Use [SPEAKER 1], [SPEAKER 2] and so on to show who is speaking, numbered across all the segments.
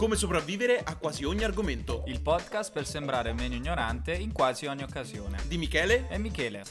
[SPEAKER 1] Come sopravvivere a quasi ogni argomento.
[SPEAKER 2] Il podcast per sembrare meno ignorante in quasi ogni occasione.
[SPEAKER 1] Di Michele
[SPEAKER 2] e Michele.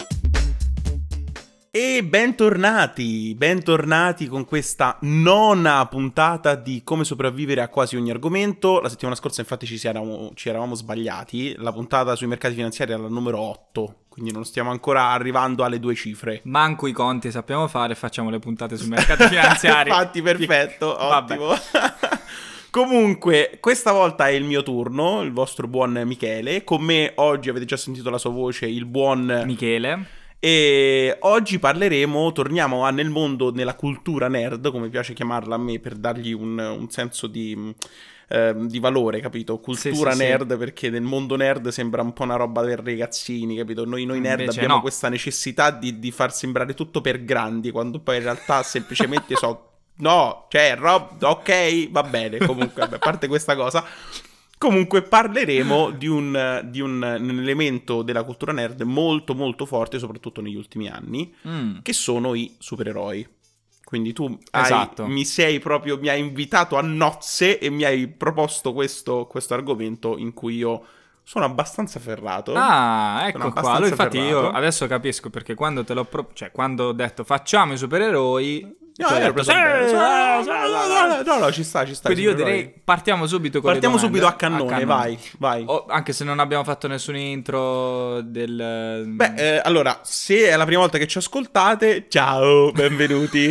[SPEAKER 1] E bentornati con questa nona puntata di Come sopravvivere a quasi ogni argomento. La settimana scorsa infatti ci eravamo sbagliati, la puntata sui mercati finanziari era la numero 8, quindi non stiamo ancora arrivando alle 2 cifre.
[SPEAKER 2] Manco i conti sappiamo fare, facciamo le puntate sui mercati finanziari.
[SPEAKER 1] Infatti perfetto, ottimo. Comunque, questa volta è il mio turno, il vostro buon Michele. Con me oggi, avete già sentito la sua voce, il buon
[SPEAKER 2] Michele.
[SPEAKER 1] E oggi torniamo nel mondo, nella cultura nerd, come piace chiamarla a me, per dargli un senso di valore, capito? Cultura nerd, sì. Perché nel mondo nerd sembra un po' una roba per ragazzini, capito? Noi nerd invece abbiamo questa necessità di far sembrare tutto per grandi, quando poi in realtà semplicemente ok, va bene, comunque, a parte questa cosa. Comunque parleremo di un elemento della cultura nerd molto molto forte, soprattutto negli ultimi anni, che sono i supereroi. Quindi tu mi hai invitato a nozze e mi hai proposto questo argomento in cui io sono abbastanza ferrato.
[SPEAKER 2] Ah, ecco qua. Infatti io adesso capisco perché quando quando ho detto facciamo i supereroi...
[SPEAKER 1] No, ci sta.
[SPEAKER 2] Quindi io direi partiamo subito con le domande.
[SPEAKER 1] Subito a cannone, vai.
[SPEAKER 2] Anche se non abbiamo fatto nessun intro del...
[SPEAKER 1] allora, se è la prima volta che ci ascoltate, ciao, benvenuti.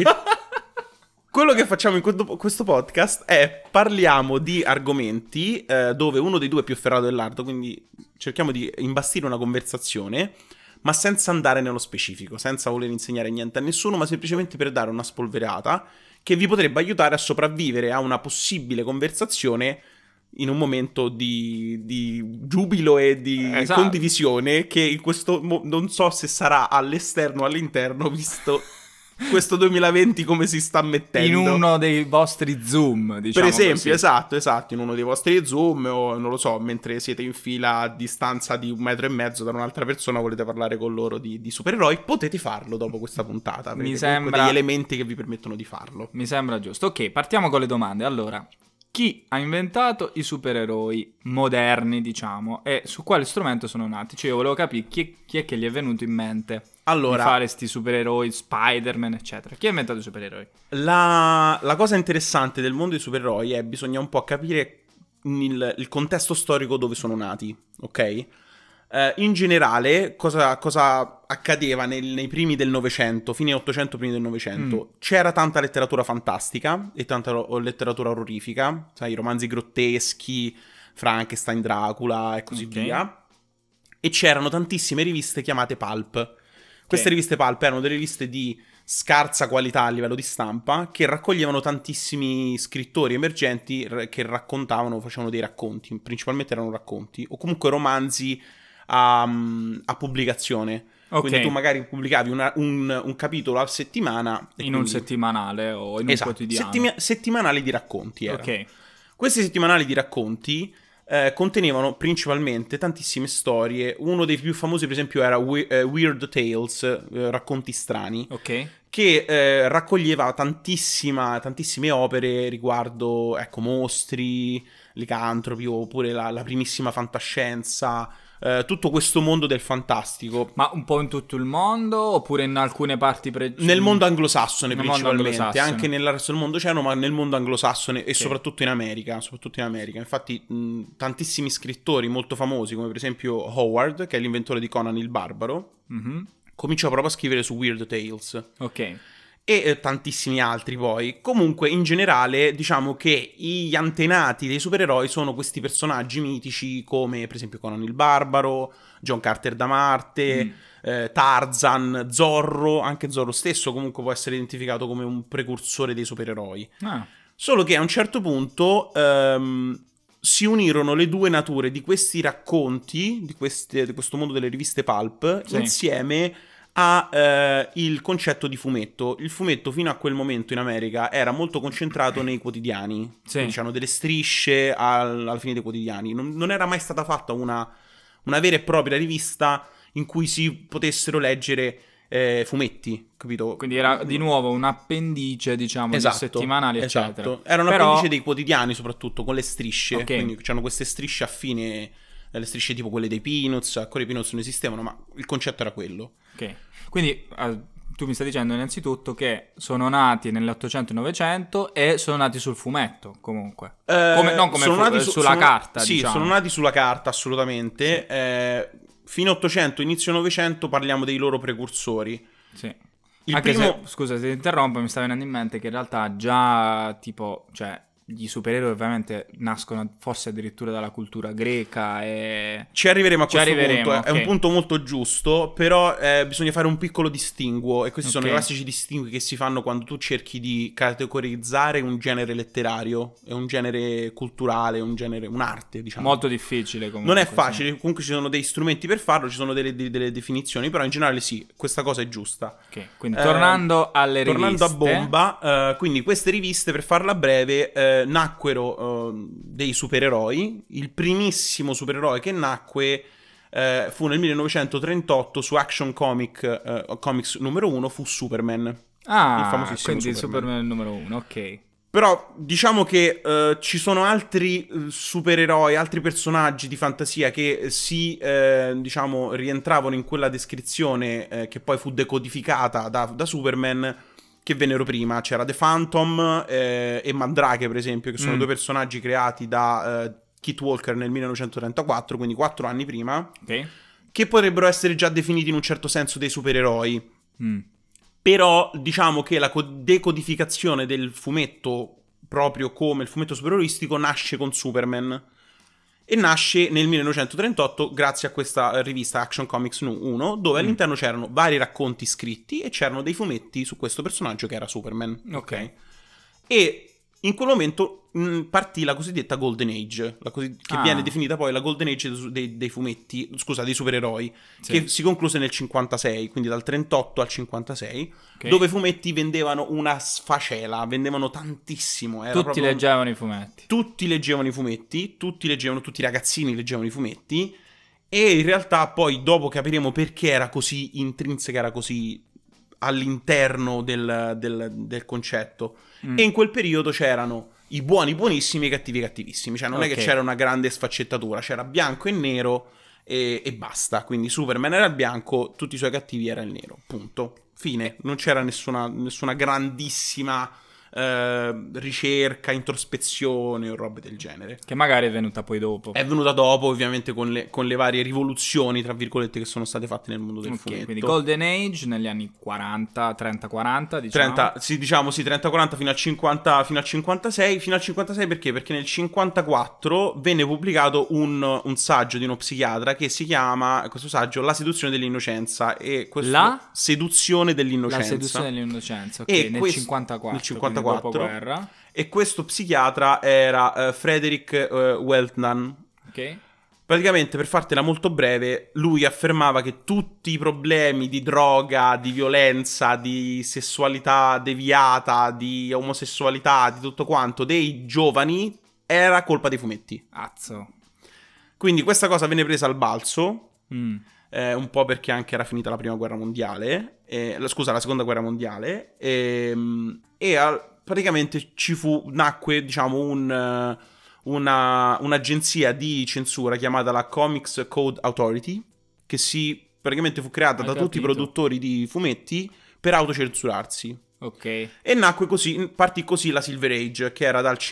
[SPEAKER 1] Quello che facciamo in questo podcast è parliamo di argomenti dove uno dei due è più ferrato dell'altro, quindi cerchiamo di imbastire una conversazione, ma senza andare nello specifico, senza voler insegnare niente a nessuno, ma semplicemente per dare una spolverata che vi potrebbe aiutare a sopravvivere a una possibile conversazione in un momento di giubilo e di condivisione che in questo non so se sarà all'esterno o all'interno, visto questo 2020 come si sta mettendo.
[SPEAKER 2] In uno dei vostri Zoom, diciamo.
[SPEAKER 1] Per esempio, così. Esatto, in uno dei vostri Zoom o non lo so, mentre siete in fila a distanza di 1,5 metri da un'altra persona, volete parlare con loro di supereroi, potete farlo dopo questa puntata.
[SPEAKER 2] Mi sembra
[SPEAKER 1] degli elementi che vi permettono di farlo.
[SPEAKER 2] Mi sembra giusto. Ok, partiamo con le domande. Allora, chi ha inventato i supereroi moderni, diciamo, e su quale strumento sono nati? Cioè, io volevo capire chi è che gli è venuto in mente di fare sti supereroi, Spider-Man, eccetera. Chi ha inventato i supereroi?
[SPEAKER 1] La cosa interessante del mondo dei supereroi è bisogna un po' capire il contesto storico dove sono nati, ok? In generale, cosa accadeva nei primi del Novecento, fine 800, primi del Novecento? C'era tanta letteratura fantastica e tanta letteratura orrorifica, sai, i romanzi grotteschi, Frankenstein, Dracula e così via. E c'erano tantissime riviste chiamate pulp. Queste riviste pulp erano delle riviste di scarsa qualità a livello di stampa che raccoglievano tantissimi scrittori emergenti che facevano dei racconti, principalmente erano racconti o comunque romanzi a pubblicazione. Quindi tu magari pubblicavi un capitolo a settimana
[SPEAKER 2] in un settimanale o in un quotidiano.
[SPEAKER 1] Settimanali di racconti erano. Questi settimanali di racconti contenevano principalmente tantissime storie. Uno dei più famosi per esempio era Weird Tales, racconti strani, che raccoglieva tantissime opere riguardo mostri, licantropi oppure la primissima fantascienza, tutto questo mondo del fantastico.
[SPEAKER 2] Ma un po' in tutto il mondo oppure in alcune parti
[SPEAKER 1] nel mondo anglosassone principalmente, anche nel resto del mondo c'erano, ma nel mondo anglosassone e soprattutto in America. Infatti tantissimi scrittori molto famosi, come per esempio Howard, che è l'inventore di Conan il Barbaro, cominciò proprio a scrivere su Weird Tales. E tantissimi altri poi. Comunque in generale diciamo che gli antenati dei supereroi sono questi personaggi mitici come per esempio Conan il Barbaro, John Carter da Marte, Tarzan, Zorro. Anche Zorro stesso comunque può essere identificato come un precursore dei supereroi. Solo che a un certo punto si unirono le due nature di questi racconti, di questo mondo delle riviste pulp, insieme a il concetto di fumetto. Il fumetto fino a quel momento in America era molto concentrato nei quotidiani, quindi c'erano delle strisce alla fine dei quotidiani. Non era mai stata fatta una vera e propria rivista in cui si potessero leggere fumetti, capito?
[SPEAKER 2] Quindi era di nuovo un appendice, diciamo,
[SPEAKER 1] esatto,
[SPEAKER 2] di settimanali,
[SPEAKER 1] esatto.
[SPEAKER 2] eccetera.
[SPEAKER 1] Era un appendice dei quotidiani, soprattutto, con le strisce.
[SPEAKER 2] Okay.
[SPEAKER 1] Quindi c'hanno queste strisce a fine, le strisce tipo quelle dei Peanuts. Ancora i Peanuts non esistevano, ma il concetto era quello.
[SPEAKER 2] Ok, quindi tu mi stai dicendo innanzitutto che sono nati nell'Ottocento e Novecento e sono nati sul fumetto, comunque. Non come sulla carta,
[SPEAKER 1] sì,
[SPEAKER 2] diciamo.
[SPEAKER 1] sono nati sulla carta, assolutamente. Sì. Fino 800, inizio 900 parliamo dei loro precursori.
[SPEAKER 2] Sì. Anche se, scusa se ti interrompo, mi sta venendo in mente che in realtà già tipo, cioè, gli supereroi ovviamente nascono forse addirittura dalla cultura greca e...
[SPEAKER 1] Ci arriveremo a questo punto,
[SPEAKER 2] okay.
[SPEAKER 1] È un punto molto giusto, però bisogna fare un piccolo distinguo, e questi sono i classici distingui che si fanno quando tu cerchi di categorizzare un genere letterario, e un genere culturale, un'arte, diciamo.
[SPEAKER 2] Molto difficile comunque.
[SPEAKER 1] Non è facile, sì. Comunque ci sono dei strumenti per farlo, ci sono delle definizioni, però in generale sì, questa cosa è giusta.
[SPEAKER 2] Ok, quindi tornando alle riviste.
[SPEAKER 1] Tornando a bomba, quindi queste riviste, per farla breve, nacquero dei supereroi. Il primissimo supereroe che nacque fu nel 1938 su Action Comics numero 1, fu Superman.
[SPEAKER 2] Il famosissimo quindi Superman numero 1, ok.
[SPEAKER 1] Però diciamo che ci sono altri supereroi, altri personaggi di fantasia che diciamo rientravano in quella descrizione che poi fu decodificata da Superman, che vennero prima. C'era The Phantom e Mandrake, per esempio, che sono due personaggi creati da Kit Walker nel 1934, quindi 4 anni prima, che potrebbero essere già definiti in un certo senso dei supereroi. Però diciamo che la decodificazione del fumetto, proprio come il fumetto supereroistico, nasce con Superman. E nasce nel 1938 grazie a questa rivista Action Comics 1, dove all'interno c'erano vari racconti scritti e c'erano dei fumetti su questo personaggio che era Superman.
[SPEAKER 2] Ok.
[SPEAKER 1] E in quel momento partì la cosiddetta Golden Age, che viene definita poi la Golden Age dei fumetti, scusa, dei supereroi, che si concluse nel 56, quindi dal 38 al 56, dove i fumetti vendevano una sfacela, vendevano tantissimo.
[SPEAKER 2] Tutti leggevano i fumetti.
[SPEAKER 1] Tutti leggevano i fumetti, tutti i ragazzini leggevano i fumetti, e in realtà poi dopo capiremo perché era così intrinseca, era così all'interno del concetto. E in quel periodo c'erano i buoni buonissimi e i cattivi cattivissimi, cioè non è che c'era una grande sfaccettatura, c'era bianco e nero e basta. Quindi Superman era il bianco, tutti i suoi cattivi era il nero, punto, fine. Non c'era nessuna grandissima ricerca, introspezione o robe del genere,
[SPEAKER 2] che magari è venuta poi dopo.
[SPEAKER 1] È venuta dopo, ovviamente, con le varie rivoluzioni, tra virgolette, che sono state fatte nel mondo del fumetto.
[SPEAKER 2] Quindi Golden Age negli anni 40, 30-40, diciamo.
[SPEAKER 1] 30-40 fino al 50, fino al 56. Fino al 56 perché? Perché nel 54 venne pubblicato un saggio di uno psichiatra che si chiama, questo saggio, La seduzione dell'innocenza. E questo,
[SPEAKER 2] La
[SPEAKER 1] seduzione dell'innocenza.
[SPEAKER 2] La seduzione dell'innocenza, ok, e nel 54.
[SPEAKER 1] Nel 54. E questo psichiatra era Frederick Weltman.
[SPEAKER 2] Ok.
[SPEAKER 1] Praticamente, per fartela molto breve, lui affermava che tutti i problemi di droga, di violenza, di sessualità deviata, di omosessualità, di tutto quanto dei giovani era colpa dei fumetti.
[SPEAKER 2] Azzo.
[SPEAKER 1] Quindi questa cosa venne presa al balzo, un po' perché anche era finita la prima guerra mondiale, la seconda guerra mondiale, praticamente nacque, diciamo, un'agenzia di censura chiamata la Comics Code Authority, che praticamente fu creata da tutti i produttori di fumetti per autocensurarsi.
[SPEAKER 2] Ok.
[SPEAKER 1] E partì così la Silver Age, che era dal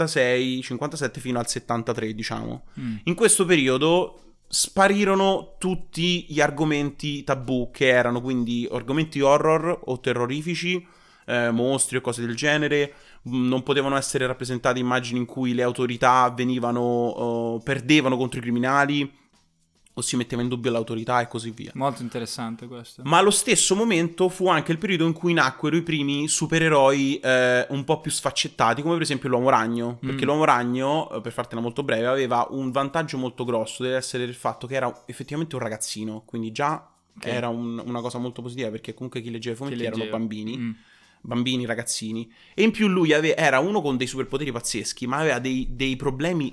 [SPEAKER 1] 57 fino al 73, diciamo. In questo periodo sparirono tutti gli argomenti tabù, che erano quindi argomenti horror o terrorifici, mostri o cose del genere. Non potevano essere rappresentate immagini in cui le autorità perdevano contro i criminali o si metteva in dubbio l'autorità e così via.
[SPEAKER 2] Molto interessante questo.
[SPEAKER 1] Ma allo stesso momento fu anche il periodo in cui nacquero i primi supereroi un po' più sfaccettati, come per esempio l'Uomo Ragno. Perché l'Uomo Ragno, per fartela molto breve, aveva un vantaggio molto grosso, deve essere il fatto che era effettivamente un ragazzino, quindi già era una cosa molto positiva, perché comunque chi leggeva i fumetti erano bambini, ragazzini, e in più lui era uno con dei superpoteri pazzeschi, ma aveva dei problemi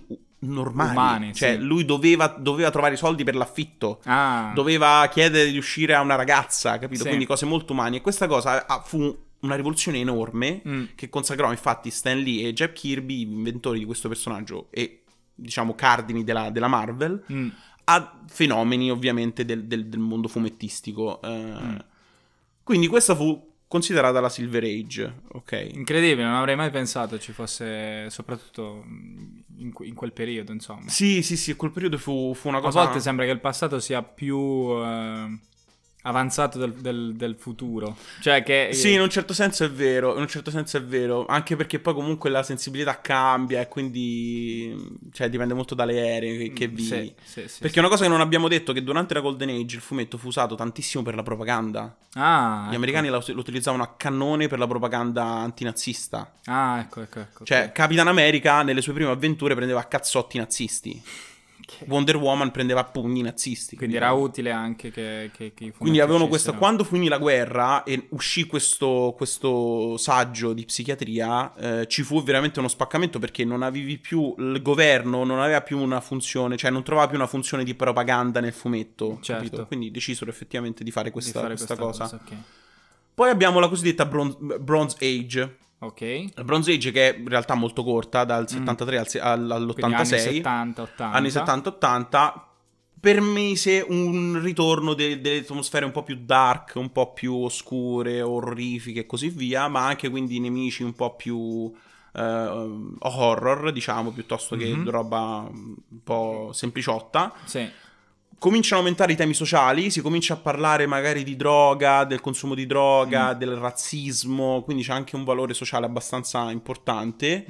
[SPEAKER 1] normali,
[SPEAKER 2] umani,
[SPEAKER 1] cioè
[SPEAKER 2] sì.
[SPEAKER 1] lui doveva trovare i soldi per l'affitto, doveva chiedere di uscire a una ragazza, capito?
[SPEAKER 2] Sì.
[SPEAKER 1] Quindi cose molto umane, e questa cosa fu una rivoluzione enorme che consacrò infatti Stan Lee e Jack Kirby, inventori di questo personaggio e diciamo cardini della Marvel, a fenomeni ovviamente del mondo fumettistico. Quindi questa fu considerata la Silver Age, ok?
[SPEAKER 2] Incredibile, non avrei mai pensato ci fosse, soprattutto in quel periodo, insomma.
[SPEAKER 1] Sì, quel periodo fu una cosa...
[SPEAKER 2] A volte sembra che il passato sia più avanzato del futuro. Cioè che...
[SPEAKER 1] Sì, in un certo senso è vero, anche perché poi comunque la sensibilità cambia e quindi cioè dipende molto dalle ere che vivi.
[SPEAKER 2] Sì,
[SPEAKER 1] perché una cosa che non abbiamo detto è che durante la Golden Age il fumetto fu usato tantissimo per la propaganda. Gli americani lo utilizzavano a cannone per la propaganda antinazista.
[SPEAKER 2] Ecco.
[SPEAKER 1] Cioè
[SPEAKER 2] okay.
[SPEAKER 1] Capitan America nelle sue prime avventure prendeva a cazzotti nazisti. Wonder Woman prendeva a pugni nazisti.
[SPEAKER 2] Quindi era utile anche che i fumetti
[SPEAKER 1] quindi avevano
[SPEAKER 2] uscissero.
[SPEAKER 1] questo. Quando finì la guerra e uscì questo saggio di psichiatria, ci fu veramente uno spaccamento, perché non avevi più il governo, non aveva più una funzione, cioè non trovava più una funzione di propaganda nel fumetto,
[SPEAKER 2] certo.
[SPEAKER 1] capito? Quindi decisero effettivamente di fare questa cosa.
[SPEAKER 2] Okay.
[SPEAKER 1] Poi abbiamo la cosiddetta Bronze Age.
[SPEAKER 2] Ok.
[SPEAKER 1] La Bronze Age, che è in realtà molto corta, dal 73 all'86,
[SPEAKER 2] anni
[SPEAKER 1] 70-80, permise un ritorno delle atmosfere un po' più dark, un po' più oscure, orrorifiche e così via, ma anche quindi nemici un po' più horror, diciamo, piuttosto che roba un po' sempliciotta.
[SPEAKER 2] Sì.
[SPEAKER 1] Cominciano a aumentare i temi sociali, si comincia a parlare magari di droga, del consumo di droga, del razzismo, quindi c'è anche un valore sociale abbastanza importante.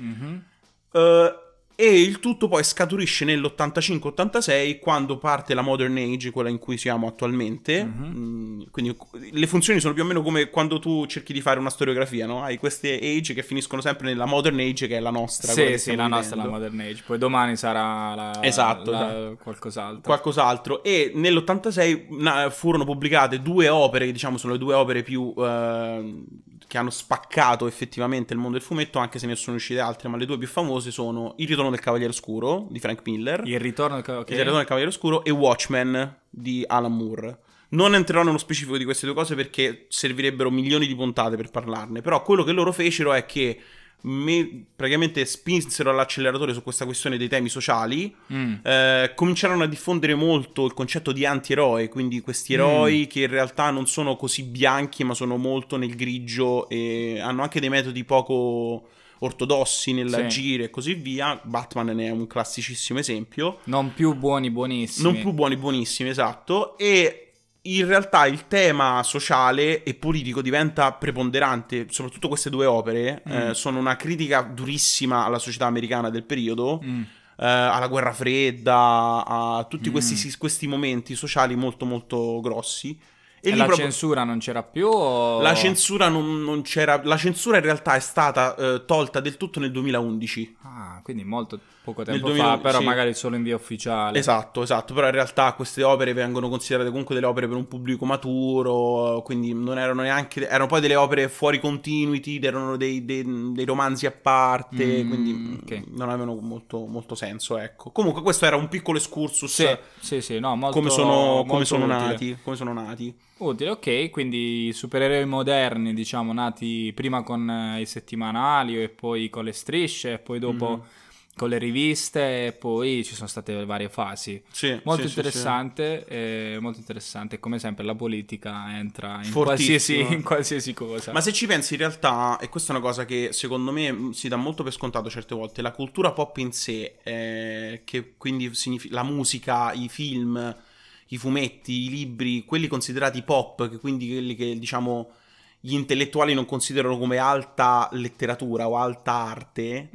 [SPEAKER 1] E il tutto poi scaturisce nell'85-86, quando parte la Modern Age, quella in cui siamo attualmente. Quindi le funzioni sono più o meno come quando tu cerchi di fare una storiografia, no? Hai queste age che finiscono sempre nella Modern Age, che è la nostra.
[SPEAKER 2] Sì, la nostra è la Modern Age. Poi domani sarà
[SPEAKER 1] esatto.
[SPEAKER 2] qualcos'altro.
[SPEAKER 1] E nell'86 furono pubblicate due opere, che diciamo sono le due opere più... che hanno spaccato effettivamente il mondo del fumetto, anche se ne sono uscite altre, ma le due più famose sono Il ritorno del Cavaliere Oscuro di Frank Miller,
[SPEAKER 2] Il ritorno del
[SPEAKER 1] Cavaliere Oscuro, e Watchmen di Alan Moore. Non entrerò nello specifico di queste due cose perché servirebbero milioni di puntate per parlarne, però quello che loro fecero è che praticamente spinsero all'acceleratore su questa questione dei temi sociali, cominciarono a diffondere molto il concetto di antieroe, quindi questi eroi che in realtà non sono così bianchi ma sono molto nel grigio e hanno anche dei metodi poco ortodossi nell'agire e così via. Batman ne è un classicissimo esempio.
[SPEAKER 2] Non più buonissimi,
[SPEAKER 1] esatto. E in realtà il tema sociale e politico diventa preponderante. Soprattutto queste due opere sono una critica durissima alla società americana del periodo, alla guerra fredda, a tutti questi momenti sociali molto molto grossi.
[SPEAKER 2] E la censura non c'era più? O...
[SPEAKER 1] La censura non c'era. La censura in realtà è stata tolta del tutto nel 2011.
[SPEAKER 2] Quindi molto poco tempo fa, però sì. Magari solo in via ufficiale.
[SPEAKER 1] Esatto, però in realtà queste opere vengono considerate comunque delle opere per un pubblico maturo, quindi non erano neanche... Erano poi delle opere fuori continuity, erano dei romanzi a parte, quindi non avevano molto senso, ecco. Comunque questo era un piccolo excursus.
[SPEAKER 2] Sì, no, molto
[SPEAKER 1] come sono nati.
[SPEAKER 2] Utile, ok, quindi supereroi moderni, diciamo, nati prima con i settimanali e poi con le strisce e poi dopo con le riviste e poi ci sono state varie fasi. Molto interessante, molto interessante. Come sempre la politica entra in qualsiasi cosa. Ma se ci pensi in realtà, e questa è una cosa che secondo me si dà molto per scontato certe volte, la cultura pop in sé, che quindi la musica, i film... i fumetti, i libri, quelli considerati pop, che quindi quelli che diciamo gli intellettuali non considerano come alta letteratura o alta arte,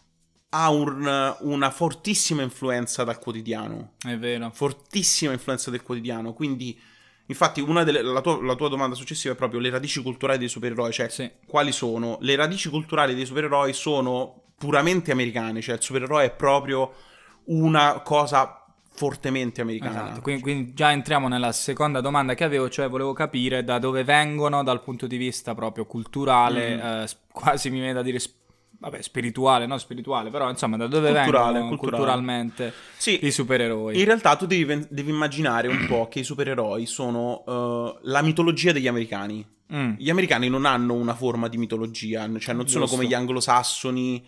[SPEAKER 2] ha una fortissima influenza dal quotidiano. È vero.
[SPEAKER 1] Fortissima influenza del quotidiano, quindi infatti la tua domanda successiva è proprio le radici culturali dei supereroi, cioè quali sono? Le radici culturali dei supereroi sono puramente americane, cioè il supereroe è proprio una cosa fortemente americana.
[SPEAKER 2] Esatto, quindi già entriamo nella seconda domanda che avevo, cioè volevo capire da dove vengono dal punto di vista proprio culturale, quasi mi viene da dire vabbè, spirituale, no spirituale, però insomma da dove vengono culturalmente i supereroi?
[SPEAKER 1] In realtà tu devi immaginare un po' che i supereroi sono la mitologia degli americani. Gli americani non hanno una forma di mitologia, cioè non sono come gli anglosassoni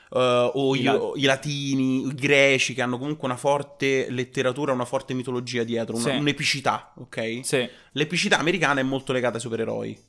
[SPEAKER 1] o i latini, i greci, che hanno comunque una forte letteratura, una forte mitologia dietro, un'epicità, ok?
[SPEAKER 2] Sì.
[SPEAKER 1] L'epicità americana è molto legata ai supereroi.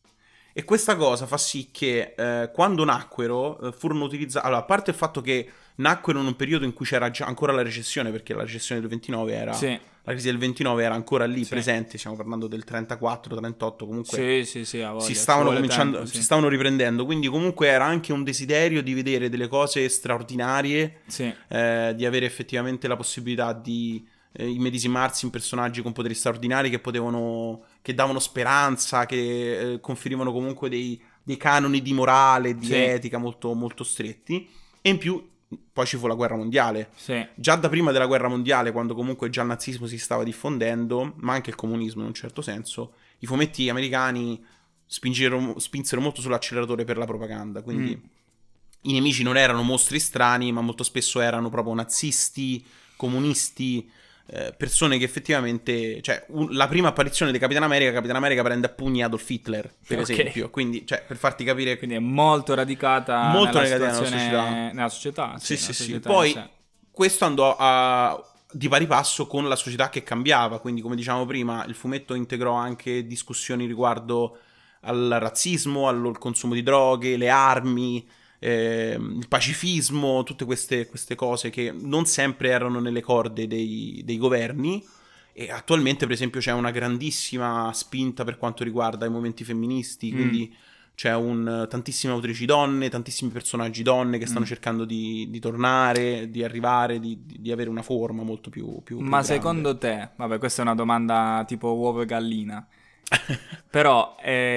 [SPEAKER 1] E questa cosa fa sì che quando nacquero furono utilizzati... Allora, a parte il fatto che nacquero in un periodo in cui c'era già ancora la recessione, perché la recessione del 29 era...
[SPEAKER 2] Sì.
[SPEAKER 1] La crisi del 29 era ancora lì presente, stiamo parlando del 34, 38, comunque
[SPEAKER 2] sì,
[SPEAKER 1] si stavano cominciando, si stavano riprendendo, quindi comunque era anche un desiderio di vedere delle cose straordinarie, di avere effettivamente la possibilità di immedesimarsi in personaggi con poteri straordinari che davano speranza, che conferivano comunque dei canoni di morale, di etica molto, molto stretti, e in più poi ci fu la guerra mondiale. Già da prima della guerra mondiale, quando comunque già il nazismo si stava diffondendo, ma anche il comunismo in un certo senso, i fumetti americani spinsero molto sull'acceleratore per la propaganda, quindi i nemici non erano mostri strani, ma molto spesso erano proprio nazisti, comunisti, persone che effettivamente, cioè la prima apparizione di Capitan America prende a pugni Adolf Hitler, per esempio, quindi, cioè, per farti capire,
[SPEAKER 2] quindi è molto radicata nella società.
[SPEAKER 1] Sì. Poi questo andò di pari passo con la società che cambiava, quindi come diciamo prima il fumetto integrò anche discussioni riguardo al razzismo, al consumo di droghe, le armi, il pacifismo, tutte queste cose che non sempre erano nelle corde dei governi. E attualmente per esempio c'è una grandissima spinta per quanto riguarda i movimenti femministi, quindi c'è tantissime autrici donne, tantissimi personaggi donne che stanno cercando di tornare, di arrivare, di avere una forma molto più
[SPEAKER 2] Ma
[SPEAKER 1] grande.
[SPEAKER 2] secondo te, vabbè, questa è una domanda tipo uovo e gallina, però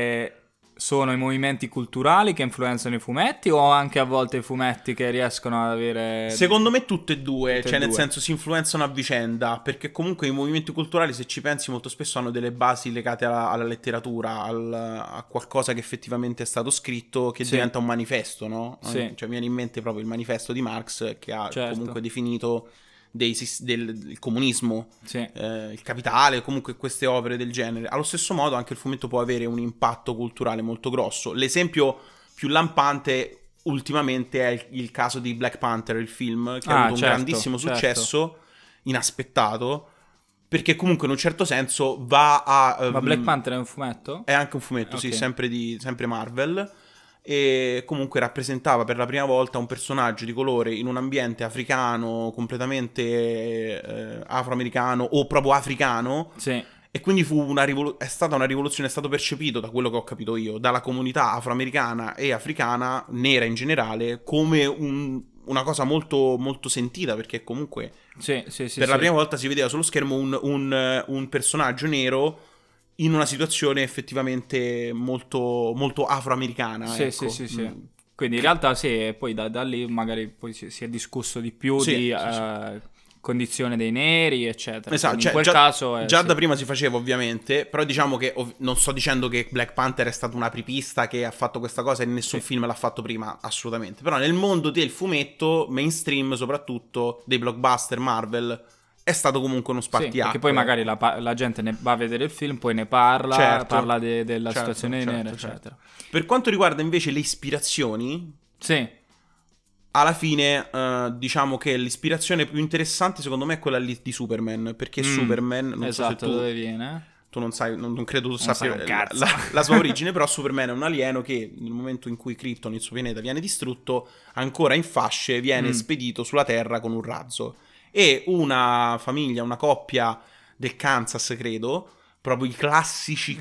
[SPEAKER 2] sono i movimenti culturali che influenzano i fumetti o anche a volte i fumetti che riescono ad avere...
[SPEAKER 1] Secondo me tutte e due, nel senso si influenzano a vicenda, perché comunque i movimenti culturali, se ci pensi, molto spesso hanno delle basi legate alla letteratura, a qualcosa che effettivamente è stato scritto, che diventa un manifesto, no? Cioè mi viene in mente proprio il manifesto di Marx, che ha comunque definito del comunismo, il capitale, comunque queste opere del genere. Allo stesso modo anche il fumetto può avere un impatto culturale molto grosso. L'esempio più lampante ultimamente è il caso di Black Panther, il film, che ha avuto un grandissimo successo, inaspettato, perché comunque in un certo senso va a...
[SPEAKER 2] Ma Black Panther è un fumetto?
[SPEAKER 1] È anche un fumetto, sì, sempre Marvel. E comunque rappresentava per la prima volta un personaggio di colore in un ambiente africano, completamente afroamericano o proprio africano. E quindi è stata una rivoluzione, è stato percepito, da quello che ho capito io, dalla comunità afroamericana e africana, nera in generale, come una cosa molto, molto sentita, perché comunque per la prima volta si vedeva sullo schermo un personaggio nero in una situazione effettivamente molto, molto afroamericana.
[SPEAKER 2] Quindi in realtà poi da lì magari poi si è discusso di più di condizione dei neri, eccetera.
[SPEAKER 1] Esatto,
[SPEAKER 2] cioè, in quel caso
[SPEAKER 1] già da prima si faceva ovviamente, però diciamo che non sto dicendo che Black Panther è stato un apripista che ha fatto questa cosa e nessun film l'ha fatto prima, assolutamente. Però nel mondo del fumetto mainstream, soprattutto dei blockbuster Marvel, è stato comunque uno spartiacque.
[SPEAKER 2] Perché poi magari la gente ne va a vedere il film, poi ne parla, parla della situazione nera, eccetera.
[SPEAKER 1] Per quanto riguarda invece le ispirazioni, alla fine diciamo che l'ispirazione più interessante secondo me è quella di Superman, perché Superman, non so se tu...
[SPEAKER 2] dove viene?
[SPEAKER 1] Tu non sai, non credo tu sappia la sua origine, però Superman è un alieno che nel momento in cui Krypton, il suo pianeta, viene distrutto, ancora in fasce viene spedito sulla Terra con un razzo. E una famiglia, una coppia del Kansas, credo, proprio i classici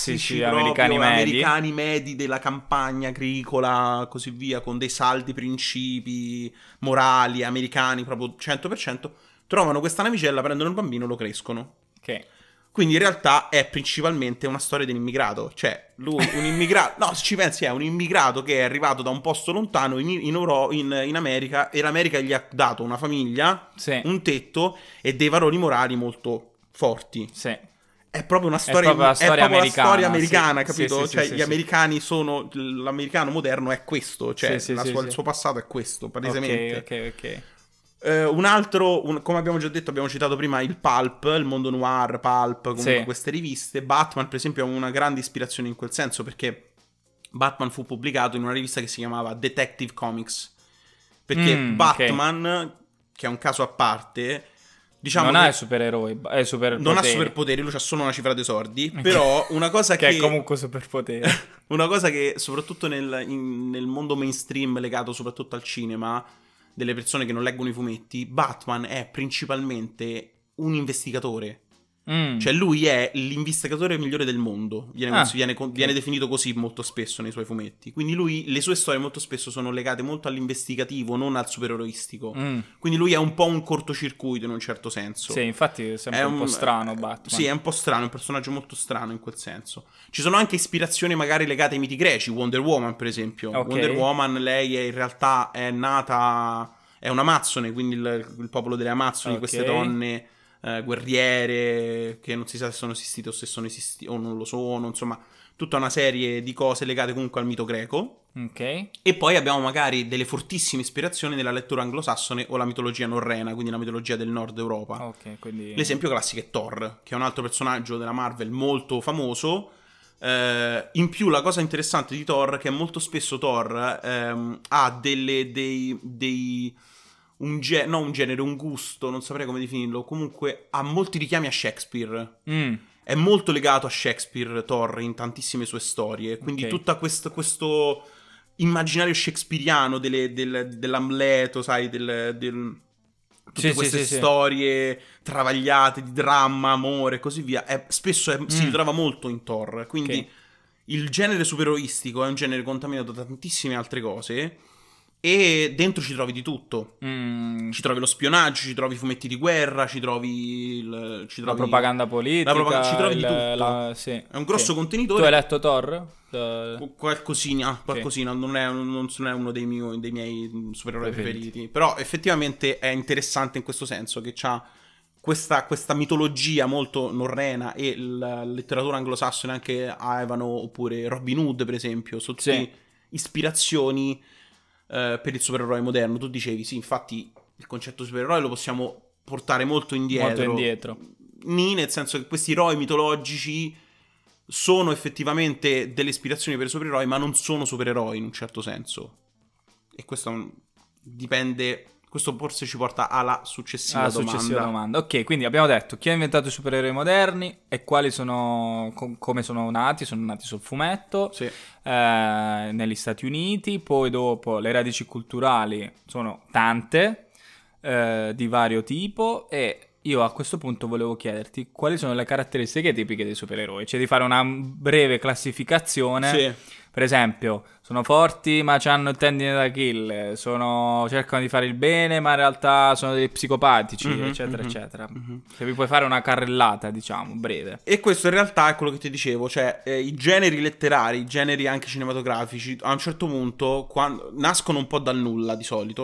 [SPEAKER 1] americani medi della campagna agricola, così via, con dei saldi principi morali americani, proprio 100%, trovano questa navicella, prendono il bambino e lo crescono. Quindi in realtà è principalmente una storia di un immigrato. Cioè, lui, un immigrato... No, se ci pensi, è un immigrato che è arrivato da un posto lontano in America, e l'America gli ha dato una famiglia, un tetto e dei valori morali molto forti. è proprio una storia,
[SPEAKER 2] la storia
[SPEAKER 1] è proprio
[SPEAKER 2] americana,
[SPEAKER 1] la storia americana, capito?
[SPEAKER 2] Sì,
[SPEAKER 1] Cioè, gli americani sono, l'americano moderno è questo, cioè il suo passato è questo, palesemente.
[SPEAKER 2] Ok.
[SPEAKER 1] Un altro, come abbiamo già detto, abbiamo citato prima il pulp, il mondo noir, pulp, comunque queste riviste. Batman, per esempio, è una grande ispirazione in quel senso, perché Batman fu pubblicato in una rivista che si chiamava Detective Comics. Perché Batman, che è un caso a parte, diciamo
[SPEAKER 2] non ha supereroi, è superpoteri.
[SPEAKER 1] Non ha superpoteri, lui ha solo una cifra dei sordi. Però una cosa
[SPEAKER 2] che è comunque superpoteri.
[SPEAKER 1] Una cosa che soprattutto nel mondo mainstream, legato soprattutto al cinema, delle persone che non leggono i fumetti, Batman è principalmente un investigatore. Cioè lui è l'investigatore migliore del mondo. Viene definito così molto spesso nei suoi fumetti. Quindi le sue storie molto spesso sono legate molto all'investigativo, non al supereroistico. Quindi lui è un po' un cortocircuito in un certo senso.
[SPEAKER 2] Sì, infatti è sempre un po' strano Batman.
[SPEAKER 1] Sì, è un po' strano, è un personaggio molto strano in quel senso. Ci sono anche ispirazioni magari legate ai miti greci, Wonder Woman per esempio. Wonder Woman, lei in realtà è nata, è un'Amazzone, quindi il popolo delle Amazzoni, queste donne guerriere che non si sa se sono esistite o se sono esistite o non lo sono, insomma tutta una serie di cose legate comunque al mito greco. E poi abbiamo magari delle fortissime ispirazioni nella lettura anglosassone o la mitologia norrena, quindi la mitologia del nord Europa.
[SPEAKER 2] Quindi...
[SPEAKER 1] L'esempio classico è Thor, che è un altro personaggio della Marvel molto famoso. In più la cosa interessante di Thor è che molto spesso Thor ha un genere, un gusto, non saprei come definirlo, comunque ha molti richiami a Shakespeare. È molto legato a Shakespeare Thor in tantissime sue storie, quindi tutto questo immaginario shakespeariano dell'Amleto, sai, tutte queste storie travagliate di dramma, amore e così via, spesso si ritrova molto in Thor. Quindi il genere supereroistico è un genere contaminato da tantissime altre cose. E dentro ci trovi di tutto. Ci trovi lo spionaggio, ci trovi i fumetti di guerra, ci trovi
[SPEAKER 2] la propaganda politica,
[SPEAKER 1] ci trovi di tutto. È un grosso contenitore.
[SPEAKER 2] Tu hai letto Thor?
[SPEAKER 1] Qualcosina. Non è uno dei miei supereroi preferiti. Però effettivamente è interessante in questo senso, che c'ha questa mitologia molto norrena, e la letteratura anglosassone, anche Ivanhoe oppure Robin Hood per esempio, sono tutte ispirazioni per il supereroe moderno. Tu dicevi, sì, infatti il concetto di supereroe lo possiamo portare molto indietro. Nel senso che questi eroi mitologici sono effettivamente delle ispirazioni per i supereroi, ma non sono supereroi in un certo senso. E questo dipende. Questo forse ci porta alla successiva domanda.
[SPEAKER 2] Ok, quindi abbiamo detto chi ha inventato i supereroi moderni e quali sono, come sono nati. Sono nati sul fumetto, negli Stati Uniti. Poi dopo le radici culturali sono tante, di vario tipo. E io a questo punto volevo chiederti quali sono le caratteristiche tipiche dei supereroi, cioè di fare una breve classificazione. Per esempio, sono forti ma hanno il tendine d'Achille, cercano di fare il bene ma in realtà sono dei psicopatici, eccetera, eccetera. Se vi puoi fare una carrellata, diciamo, breve.
[SPEAKER 1] E questo in realtà è quello che ti dicevo, cioè i generi letterari, i generi anche cinematografici, a un certo punto nascono un po' dal nulla di solito,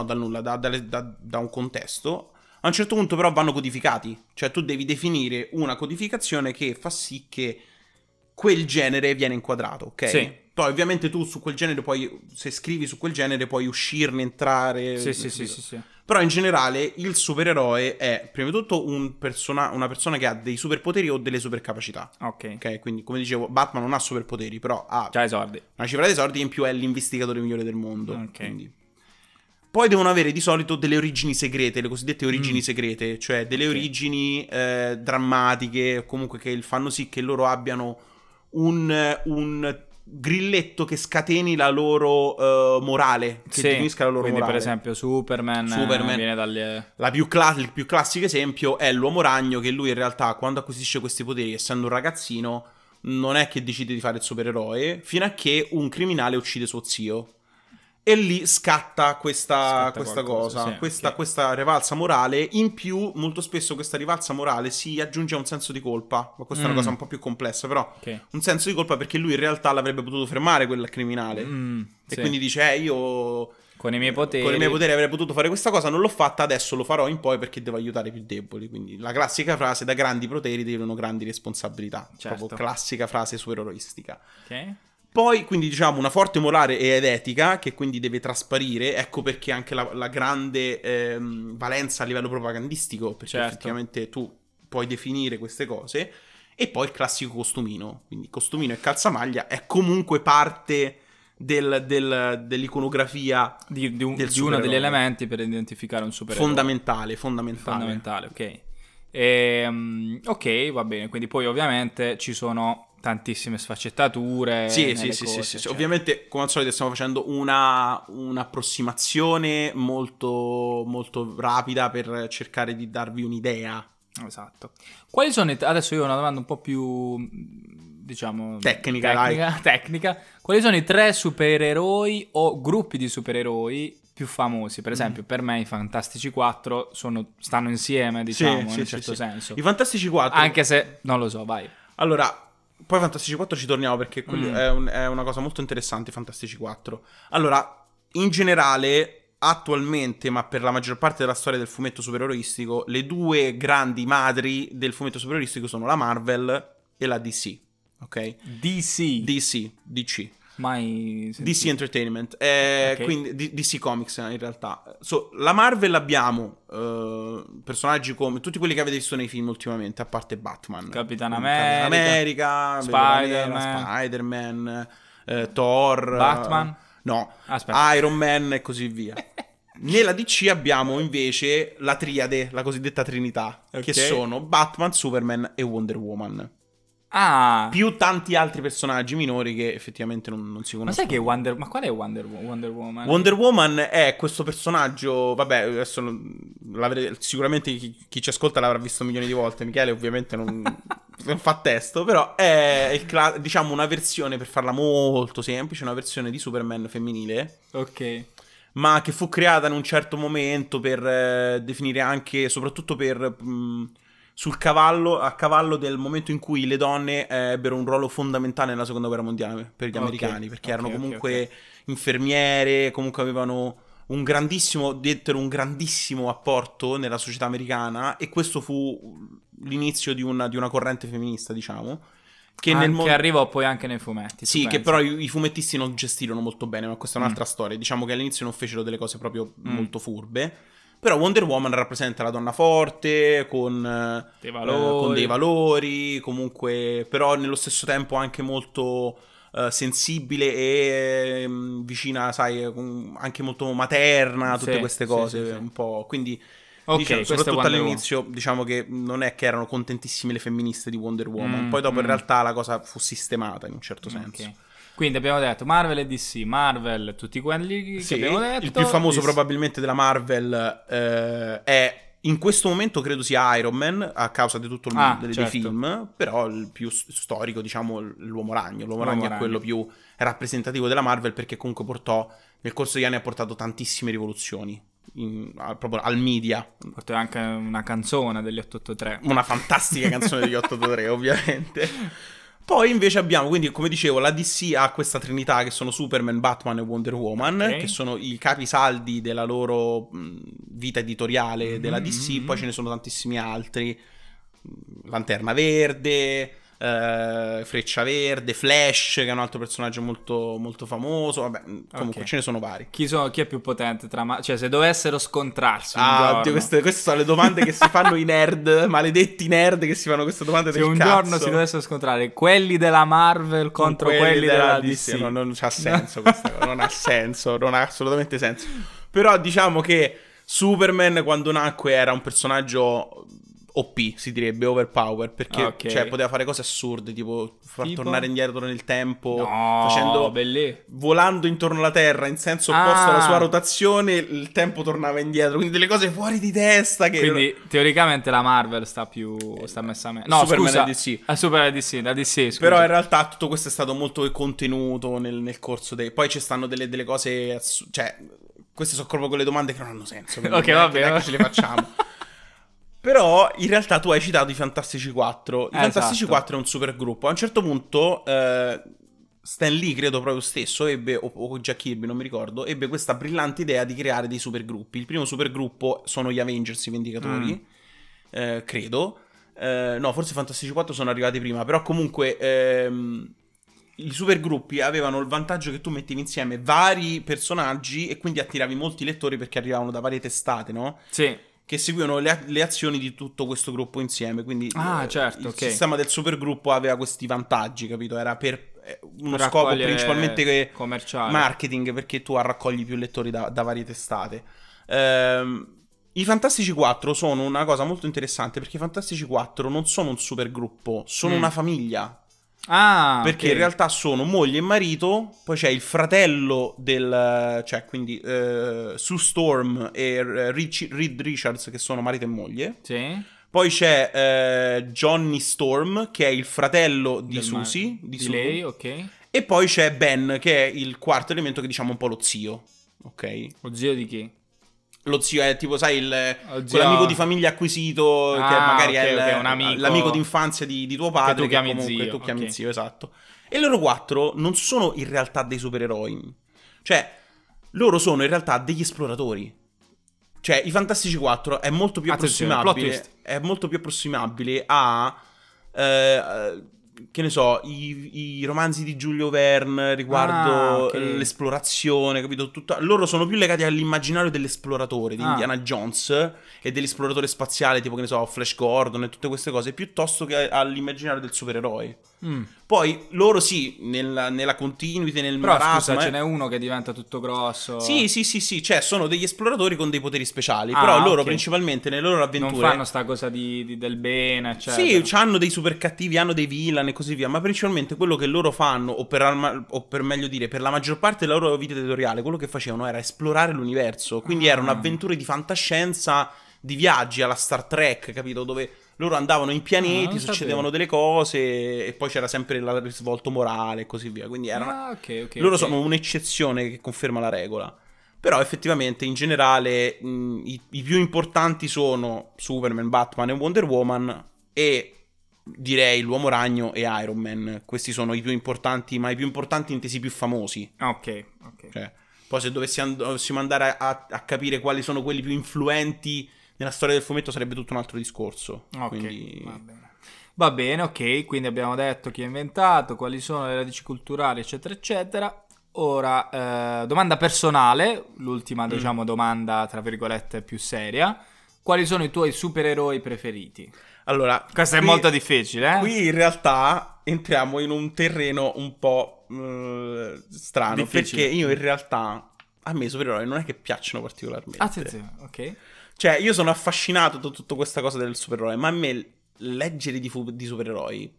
[SPEAKER 1] da un contesto. A un certo punto però vanno codificati, cioè tu devi definire una codificazione che fa sì che quel genere viene inquadrato, ok?
[SPEAKER 2] Sì.
[SPEAKER 1] Poi ovviamente tu su quel genere se scrivi su quel genere puoi uscirne, entrare.
[SPEAKER 2] Sì.
[SPEAKER 1] Però in generale il supereroe è prima di tutto una persona che ha dei superpoteri o delle supercapacità. Ok, quindi come dicevo Batman non ha superpoteri, però ha
[SPEAKER 2] i soldi.
[SPEAKER 1] Una cifra dei soldi, e in più è l'investigatore migliore del mondo. Quindi. Poi devono avere di solito delle origini segrete, le cosiddette origini segrete, cioè delle origini drammatiche, o comunque che fanno sì che loro abbiano un grilletto che scateni la loro morale, che definisca la loro
[SPEAKER 2] quindi
[SPEAKER 1] morale.
[SPEAKER 2] Per esempio Superman viene dagli...
[SPEAKER 1] Il più classico esempio è l'Uomo Ragno, che lui in realtà quando acquisisce questi poteri, essendo un ragazzino, non è che decide di fare il supereroe, fino a che un criminale uccide suo zio. E lì scatta questa cosa, questa rivalsa morale. In più, molto spesso questa rivalsa morale si aggiunge a un senso di colpa. Ma questa è una cosa un po' più complessa, però un senso di colpa perché lui in realtà l'avrebbe potuto fermare quel criminale. E quindi dice, io
[SPEAKER 2] con i miei poteri.
[SPEAKER 1] Con i miei poteri avrei potuto fare questa cosa, non l'ho fatta, adesso lo farò in poi perché devo aiutare i più deboli. Quindi la classica frase: da grandi poteri derivano grandi responsabilità.
[SPEAKER 2] Certo.
[SPEAKER 1] Proprio classica frase supereroistica.
[SPEAKER 2] Ok.
[SPEAKER 1] Poi, quindi, diciamo, una forte morale ed etica che quindi deve trasparire. Ecco perché anche la grande valenza a livello propagandistico, perché effettivamente tu puoi definire queste cose. E poi il classico costumino. Quindi costumino e calzamaglia è comunque parte dell'iconografia
[SPEAKER 2] di uno degli elementi per identificare un supereroe.
[SPEAKER 1] Fondamentale,
[SPEAKER 2] ok. Ok, va bene. Quindi poi ovviamente ci sono tantissime sfaccettature.
[SPEAKER 1] Sì. Ovviamente, come al solito, stiamo facendo un'approssimazione molto, molto rapida per cercare di darvi un'idea.
[SPEAKER 2] Esatto. Quali sono adesso io ho una domanda un po' più, diciamo, tecnica. Quali sono i 3 supereroi o gruppi di supereroi più famosi? Per esempio, per me i Fantastici 4 stanno insieme, diciamo, in un certo senso.
[SPEAKER 1] I Fantastici 4,
[SPEAKER 2] anche se non lo so, vai.
[SPEAKER 1] Allora, poi Fantastici 4 ci torniamo perché è una cosa molto interessante, Fantastici 4. Allora, in generale, attualmente, ma per la maggior parte della storia del fumetto supereroistico, le 2 grandi madri del fumetto supereroistico sono la Marvel e la DC, ok? DC.
[SPEAKER 2] Mai sentito.
[SPEAKER 1] DC Entertainment,
[SPEAKER 2] Okay.
[SPEAKER 1] quindi DC Comics in realtà. La Marvel abbiamo personaggi come tutti quelli che avete visto nei film ultimamente, a parte Batman,
[SPEAKER 2] Capitan America,
[SPEAKER 1] Spider-Man, Thor,
[SPEAKER 2] Batman?
[SPEAKER 1] No,
[SPEAKER 2] Aspetta.
[SPEAKER 1] Iron Man e così via. Nella DC abbiamo invece la triade, la cosiddetta Trinità, che sono Batman, Superman e Wonder Woman. Più tanti altri personaggi minori che effettivamente non si conoscono.
[SPEAKER 2] Ma sai che ma qual è Wonder Woman?
[SPEAKER 1] Wonder Woman è questo personaggio, vabbè, adesso sicuramente chi ci ascolta l'avrà visto milioni di volte. Michele ovviamente non fa testo, però è diciamo una versione, per farla molto semplice, una versione di Superman femminile.
[SPEAKER 2] Ok.
[SPEAKER 1] Ma che fu creata in un certo momento per definire anche, soprattutto per a cavallo del momento in cui le donne ebbero un ruolo fondamentale nella seconda guerra mondiale per gli americani, perché erano comunque infermiere, comunque avevano dettero un grandissimo apporto nella società americana, e questo fu l'inizio di una corrente femminista, diciamo. Che
[SPEAKER 2] arrivò poi anche nei fumetti.
[SPEAKER 1] Sì, che però i fumettisti non gestirono molto bene, ma questa è un'altra storia. Diciamo che all'inizio non fecero delle cose proprio molto furbe. Però Wonder Woman rappresenta la donna forte, con dei valori, comunque, però nello stesso tempo anche molto sensibile e vicina, sai, anche molto materna, tutte queste cose, un po'. Quindi, diciamo, soprattutto all'inizio, diciamo che non è che erano contentissime le femministe di Wonder Woman. Poi dopo in realtà la cosa fu sistemata in un certo senso.
[SPEAKER 2] Quindi abbiamo detto Marvel e DC. Marvel, tutti quelli che abbiamo detto.
[SPEAKER 1] Il più famoso probabilmente della Marvel è, in questo momento credo sia Iron Man, a causa di tutto il mondo dei film. Però il più storico, diciamo, l'Uomo Ragno. L'Uomo Ragno è quello più rappresentativo della Marvel, perché comunque nel corso degli anni ha portato tantissime rivoluzioni proprio al media.
[SPEAKER 2] Portò anche una canzone degli 883.
[SPEAKER 1] Una fantastica canzone degli 883, ovviamente. Poi invece abbiamo, quindi come dicevo, la DC ha questa trinità che sono Superman, Batman e Wonder Woman, che sono i capisaldi della loro vita editoriale della DC. Poi ce ne sono tantissimi altri: Lanterna Verde, Freccia Verde, Flash, che è un altro personaggio molto, molto famoso. Vabbè, comunque ce ne sono vari.
[SPEAKER 2] Chi è più potente cioè, se dovessero scontrarsi
[SPEAKER 1] Oddio, queste sono le domande che si fanno i nerd, maledetti nerd che si fanno queste domande del cazzo.
[SPEAKER 2] Se un giorno si dovessero scontrare quelli della Marvel contro quelli della DC.
[SPEAKER 1] Non c'ha senso questa cosa, non ha senso, non ha assolutamente senso. Però diciamo che Superman, quando nacque, era un personaggio OP, si direbbe, overpower, perché cioè, poteva fare cose assurde, tipo tornare indietro nel tempo, volando intorno alla Terra in senso opposto alla sua rotazione, il tempo tornava indietro, quindi delle cose fuori di testa che...
[SPEAKER 2] Quindi teoricamente la Marvel sta messa meglio. No,
[SPEAKER 1] Superman
[SPEAKER 2] scusa,
[SPEAKER 1] è DC.
[SPEAKER 2] Superman è DC, la DC, scusa.
[SPEAKER 1] Però in realtà tutto questo è stato molto contenuto nel corso poi ci stanno delle cose, cioè, queste sono proprio quelle domande che non hanno senso.
[SPEAKER 2] Ok, va bene.
[SPEAKER 1] Non è che ce le facciamo. Però in realtà tu hai citato i Fantastici 4. I Fantastici 4 è un super gruppo. A un certo punto Stan Lee, credo proprio stesso, o Jack Kirby, non mi ricordo, ebbe questa brillante idea di creare dei supergruppi. Il primo supergruppo sono gli Avengers, i Vendicatori, credo. No, forse Fantastici 4 sono arrivati prima, però comunque i supergruppi avevano il vantaggio che tu mettevi insieme vari personaggi e quindi attiravi molti lettori perché arrivavano da varie testate, no?
[SPEAKER 2] Sì.
[SPEAKER 1] Che seguivano le azioni di tutto questo gruppo insieme. Quindi
[SPEAKER 2] certo,
[SPEAKER 1] il sistema del supergruppo aveva questi vantaggi, capito? Era per uno scopo principalmente
[SPEAKER 2] commerciale,
[SPEAKER 1] marketing, perché tu raccogli più lettori da varie testate. I Fantastici 4 sono una cosa molto interessante, perché i Fantastici 4 non sono un supergruppo, sono una famiglia. Perché in realtà sono moglie e marito, poi c'è il fratello cioè quindi Sue Storm e Reed Richards, che sono marito e moglie.
[SPEAKER 2] Sì.
[SPEAKER 1] Poi c'è Johnny Storm, che è il fratello di Susie, di Sue.
[SPEAKER 2] Lei, ok.
[SPEAKER 1] E poi c'è Ben, che è il quarto elemento, che diciamo è un po' lo zio, ok?
[SPEAKER 2] Lo zio di chi?
[SPEAKER 1] Lo zio è tipo, sai, quell'amico di famiglia acquisito, che magari è
[SPEAKER 2] un amico,
[SPEAKER 1] l'amico d'infanzia di tuo padre,
[SPEAKER 2] che tu chiami
[SPEAKER 1] comunque
[SPEAKER 2] zio.
[SPEAKER 1] Tu chiami zio, esatto. E loro 4 non sono in realtà dei supereroi. Cioè, loro sono in realtà degli esploratori. Cioè, i Fantastici 4 è molto più approssimabile. È molto più approssimabile a che ne so, i romanzi di Giulio Verne riguardo l'esplorazione, capito? Loro sono più legati all'immaginario dell'esploratore, di Indiana Jones e dell'esploratore spaziale, tipo, che ne so, Flash Gordon e tutte queste cose, piuttosto che all'immaginario del supereroe. Poi loro nella continuity, nel marasma.
[SPEAKER 2] Scusa, ce n'è uno che diventa tutto grosso.
[SPEAKER 1] Sì, cioè sono degli esploratori con dei poteri speciali, però loro principalmente nelle loro avventure
[SPEAKER 2] non fanno sta cosa del bene, eccetera.
[SPEAKER 1] Sì, hanno dei super cattivi, hanno dei villain e così via, ma principalmente quello che loro fanno, o per meglio dire, per la maggior parte della loro vita editoriale, quello che facevano era esplorare l'universo, quindi erano avventure di fantascienza, di viaggi alla Star Trek, capito? Dove loro andavano in pianeti, succedevano delle cose e poi c'era sempre il risvolto morale e così via. Quindi loro sono un'eccezione che conferma la regola. Però effettivamente in generale i più importanti sono Superman, Batman e Wonder Woman, e direi l'Uomo Ragno e Iron Man. Questi sono i più importanti, ma i più importanti intesi più famosi.
[SPEAKER 2] Ok.
[SPEAKER 1] Cioè, poi se dovessimo andare a capire quali sono quelli più influenti nella storia del fumetto sarebbe tutto un altro discorso. Quindi
[SPEAKER 2] va bene, ok. Quindi abbiamo detto chi ha inventato, quali sono le radici culturali, eccetera, eccetera. Ora, domanda personale, l'ultima, diciamo, domanda, tra virgolette, più seria. Quali sono i tuoi supereroi preferiti?
[SPEAKER 1] Allora,
[SPEAKER 2] questo è molto difficile, eh?
[SPEAKER 1] Qui in realtà entriamo in un terreno un po' strano, difficile. Perché io in realtà, a me i supereroi non è che piacciono particolarmente.
[SPEAKER 2] Attenzione, ok.
[SPEAKER 1] Cioè, io sono affascinato da tutta questa cosa del supereroe, ma a me leggere di supereroi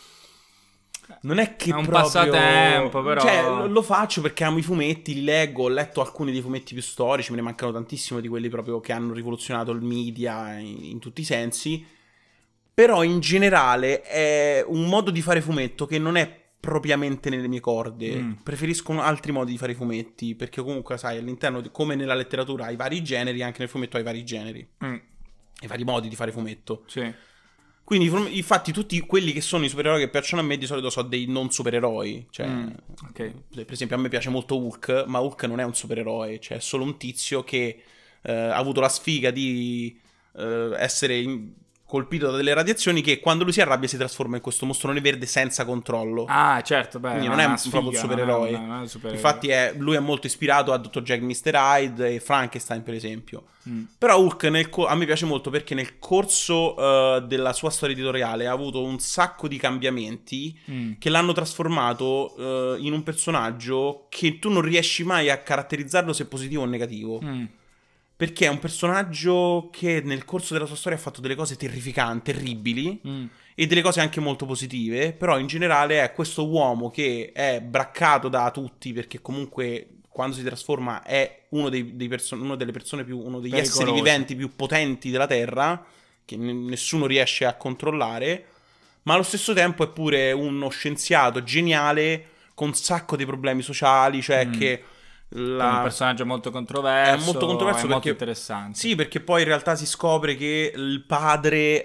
[SPEAKER 1] non è che
[SPEAKER 2] è un
[SPEAKER 1] proprio
[SPEAKER 2] passatempo, però.
[SPEAKER 1] Cioè, lo faccio perché amo i fumetti, li leggo, ho letto alcuni dei fumetti più storici, me ne mancano tantissimo di quelli proprio che hanno rivoluzionato il media in tutti i sensi. Però in generale è un modo di fare fumetto che non è propriamente nelle mie corde. Preferisco altri modi di fare i fumetti, perché comunque, sai, all'interno come nella letteratura hai vari generi, anche nel fumetto hai vari generi e vari modi di fare fumetto.
[SPEAKER 2] Sì.
[SPEAKER 1] Quindi infatti tutti quelli che sono i supereroi che piacciono a me di solito sono dei non supereroi. Cioè, per esempio a me piace molto Hulk, ma Hulk non è un supereroe, cioè è solo un tizio che ha avuto la sfiga di essere colpito da delle radiazioni, che quando lui si arrabbia si trasforma in questo mostrone verde senza controllo.
[SPEAKER 2] Certo, beh.
[SPEAKER 1] Quindi non è proprio un supereroe.
[SPEAKER 2] Non è un supereroe.
[SPEAKER 1] Infatti lui è molto ispirato a Dr. Jekyll, Mr. Hyde e Frankenstein, per esempio. Però Hulk a me piace molto perché nel corso della sua storia editoriale ha avuto un sacco di cambiamenti che l'hanno trasformato in un personaggio che tu non riesci mai a caratterizzarlo se positivo o negativo. Perché è un personaggio che nel corso della sua storia ha fatto delle cose terrificanti, terribili, e delle cose anche molto positive, però in generale è questo uomo che è braccato da tutti, perché comunque quando si trasforma è uno delle persone più, uno degli esseri viventi più potenti della Terra, che nessuno riesce a controllare, ma allo stesso tempo è pure uno scienziato geniale con un sacco di problemi sociali, cioè che...
[SPEAKER 2] È un personaggio molto controverso.
[SPEAKER 1] È molto controverso
[SPEAKER 2] perché,
[SPEAKER 1] molto
[SPEAKER 2] interessante.
[SPEAKER 1] Sì, perché poi in realtà si scopre che il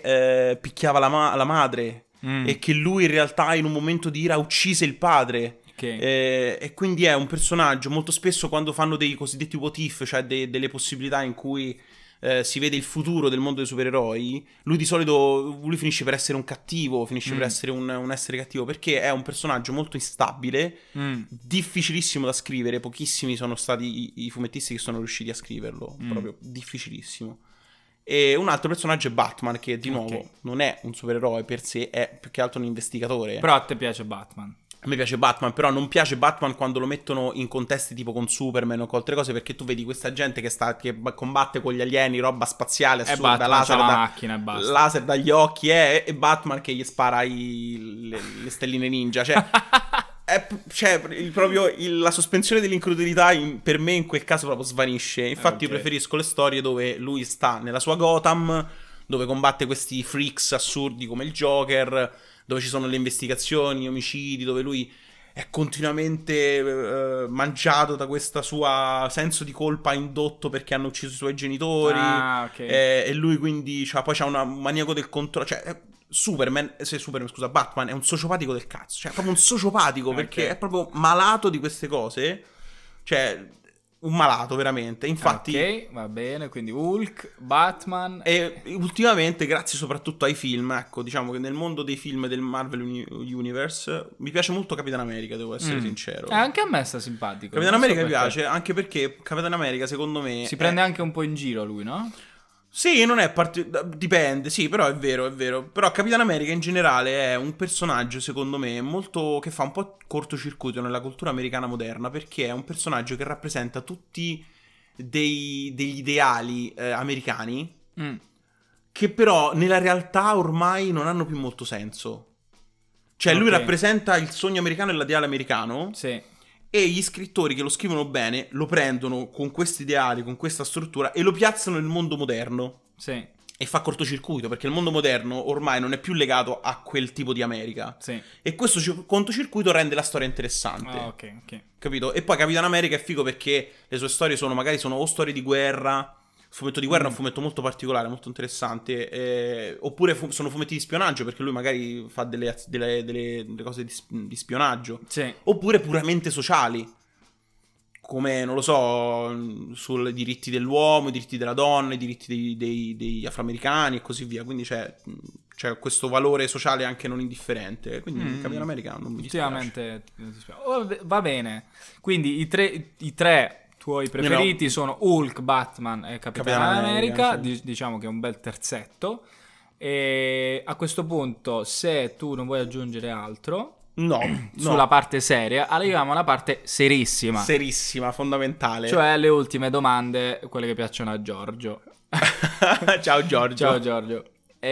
[SPEAKER 1] padre picchiava la madre e che lui in realtà in un momento di ira uccise il padre. E quindi è un personaggio, molto spesso quando fanno dei cosiddetti what if, cioè delle possibilità in cui si vede il futuro del mondo dei supereroi, lui di solito finisce per essere un cattivo, finisce per essere un essere cattivo, perché è un personaggio molto instabile, difficilissimo da scrivere, pochissimi sono stati i fumettisti che sono riusciti a scriverlo, proprio difficilissimo. E un altro personaggio è Batman, che di nuovo non è un supereroe per sé, è più che altro un investigatore.
[SPEAKER 2] Però a te piace Batman?
[SPEAKER 1] A me piace Batman, però non piace Batman quando lo mettono in contesti tipo con Superman o con altre cose, perché tu vedi questa gente che combatte con gli alieni, roba spaziale assurda, laser dagli occhi, e Batman che gli spara le stelline ninja, cioè la sospensione dell'incredulità per me in quel caso proprio svanisce. Infatti io preferisco le storie dove lui sta nella sua Gotham, dove combatte questi freaks assurdi come il Joker, dove ci sono le investigazioni, omicidi, dove lui è continuamente mangiato da questa sua senso di colpa indotto perché hanno ucciso i suoi genitori, e lui quindi poi c'ha un maniaco del controllo, cioè Batman è un sociopatico del cazzo, cioè è proprio un sociopatico, perché è proprio malato di queste cose, cioè un malato veramente. Infatti
[SPEAKER 2] va bene, quindi Hulk, Batman.
[SPEAKER 1] E ultimamente, grazie soprattutto ai film, ecco, diciamo che nel mondo dei film del Marvel Universe mi piace molto Capitan America, devo essere sincero.
[SPEAKER 2] Anche a me sta simpatico.
[SPEAKER 1] Capitan America mi piace, anche perché Capitan America secondo me
[SPEAKER 2] si prende anche un po' in giro lui, no?
[SPEAKER 1] Sì, non è dipende, sì, però è vero. Però Capitan America in generale è un personaggio, secondo me, molto che fa un po' cortocircuito nella cultura americana moderna, perché è un personaggio che rappresenta tutti degli ideali americani che però nella realtà ormai non hanno più molto senso. Cioè lui rappresenta il sogno americano e l'ideale americano.
[SPEAKER 2] Sì.
[SPEAKER 1] E gli scrittori che lo scrivono bene lo prendono con questi ideali, con questa struttura, e lo piazzano nel mondo moderno.
[SPEAKER 2] Sì.
[SPEAKER 1] E fa cortocircuito, perché il mondo moderno ormai non è più legato a quel tipo di America.
[SPEAKER 2] Sì.
[SPEAKER 1] E questo cortocircuito rende la storia interessante.
[SPEAKER 2] Ok.
[SPEAKER 1] Capito? E poi Capitan America è figo perché le sue storie sono o storie di guerra. Il fumetto di guerra è un fumetto molto particolare, molto interessante. Oppure sono fumetti di spionaggio, perché lui magari fa delle cose di spionaggio.
[SPEAKER 2] Sì.
[SPEAKER 1] Oppure puramente sociali, come, non lo so, sui diritti dell'uomo, i diritti della donna, i diritti degli afroamericani e così via. Quindi c'è questo valore sociale anche non indifferente. Quindi Capitan America non mi dispiace.
[SPEAKER 2] Va bene. Quindi i tre tuoi preferiti sono Hulk, Batman e Capitan America, sì. Diciamo che è un bel terzetto. E a questo punto, se tu non vuoi aggiungere altro sulla parte seria, arriviamo alla parte serissima,
[SPEAKER 1] fondamentale,
[SPEAKER 2] cioè le ultime domande, quelle che piacciono a Giorgio.
[SPEAKER 1] Ciao Giorgio.